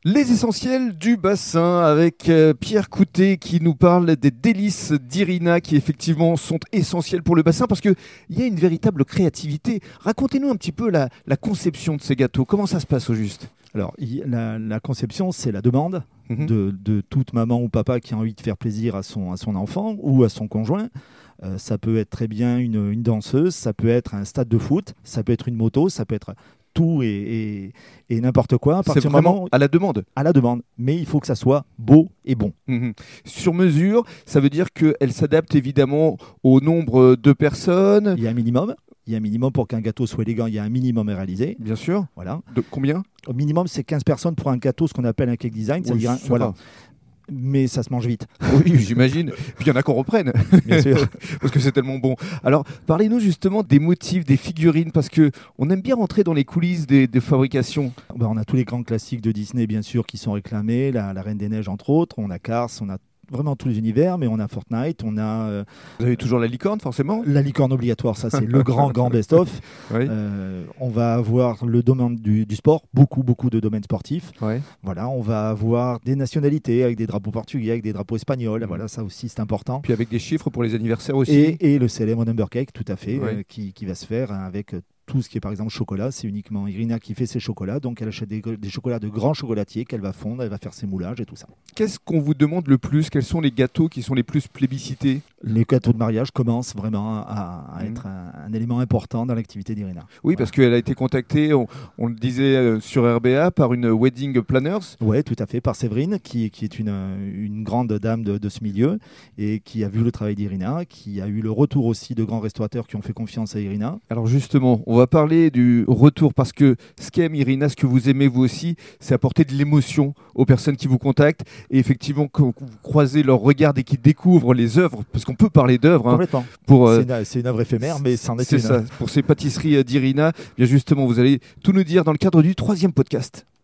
Les essentiels du bassin avec Pierre Coutet qui nous parle des délices d'Irina qui effectivement sont essentielles pour le bassin parce qu'il y a une véritable créativité. Racontez-nous un petit peu la conception de ces gâteaux. Comment ça se passe au juste ? Alors, la conception, c'est la demande de toute maman ou papa qui a envie de faire plaisir à son enfant ou à son conjoint. Ça peut être très bien une danseuse, ça peut être un stade de foot, ça peut être une moto, ça peut être tout et n'importe quoi. C'est vraiment à la demande. À la demande, mais il faut que ça soit beau et bon. Sur mesure, ça veut dire qu'elle s'adapte évidemment au nombre de personnes. Il y a un minimum. Pour qu'un gâteau soit élégant, il y a un minimum à réaliser. Bien sûr. Voilà. De combien ? Au minimum, c'est 15 personnes pour un gâteau, ce qu'on appelle un cake design. Oui, c'est-à-dire voilà. Mais ça se mange vite. Oui, j'imagine. Puis il y en a qu'on reprenne. Bien sûr. Parce que c'est tellement bon. Alors, parlez-nous justement des motifs, des figurines, parce qu'on aime bien rentrer dans les coulisses des fabrications. On a tous les grands classiques de Disney, bien sûr, qui sont réclamés. La Reine des Neiges, entre autres. On a Cars, on a vraiment tous les univers, mais on a Fortnite, on a... Vous avez toujours la licorne, forcément ? La licorne obligatoire, ça c'est le grand best-of. Oui. On va avoir le domaine du sport, beaucoup de domaines sportifs. Ouais. Voilà, on va avoir des nationalités avec des drapeaux portugais, avec des drapeaux espagnols. Voilà, ça aussi c'est important. Puis avec des chiffres pour les anniversaires aussi. Et le célèbre number cake, tout à fait, Ouais. qui va se faire avec... tout ce qui est par exemple chocolat, c'est uniquement Irina qui fait ses chocolats, donc elle achète des chocolats de grands chocolatiers qu'elle va fondre, elle va faire ses moulages et tout ça. Qu'est-ce qu'on vous demande le plus ? Quels sont les gâteaux qui sont les plus plébiscités ? Les gâteaux de mariage commencent vraiment à être un élément important dans l'activité d'Irina. Oui, parce qu'elle a été contactée, on le disait sur RBA, par une wedding planners. Oui, tout à fait, par Séverine, qui est une grande dame de ce milieu et qui a vu le travail d'Irina, qui a eu le retour aussi de grands restaurateurs qui ont fait confiance à Irina. Alors justement, on va parler du retour parce que ce qu'aime Irina, ce que vous aimez vous aussi, c'est apporter de l'émotion aux personnes qui vous contactent et effectivement quand vous croisez leur regard et qu'ils découvrent les œuvres, parce qu'on peut parler d'œuvres. Complètement. C'est une œuvre éphémère, mais c'en est c'est une. Ça, pour ces pâtisseries d'Irina, bien justement, vous allez tout nous dire dans le cadre du 3e podcast.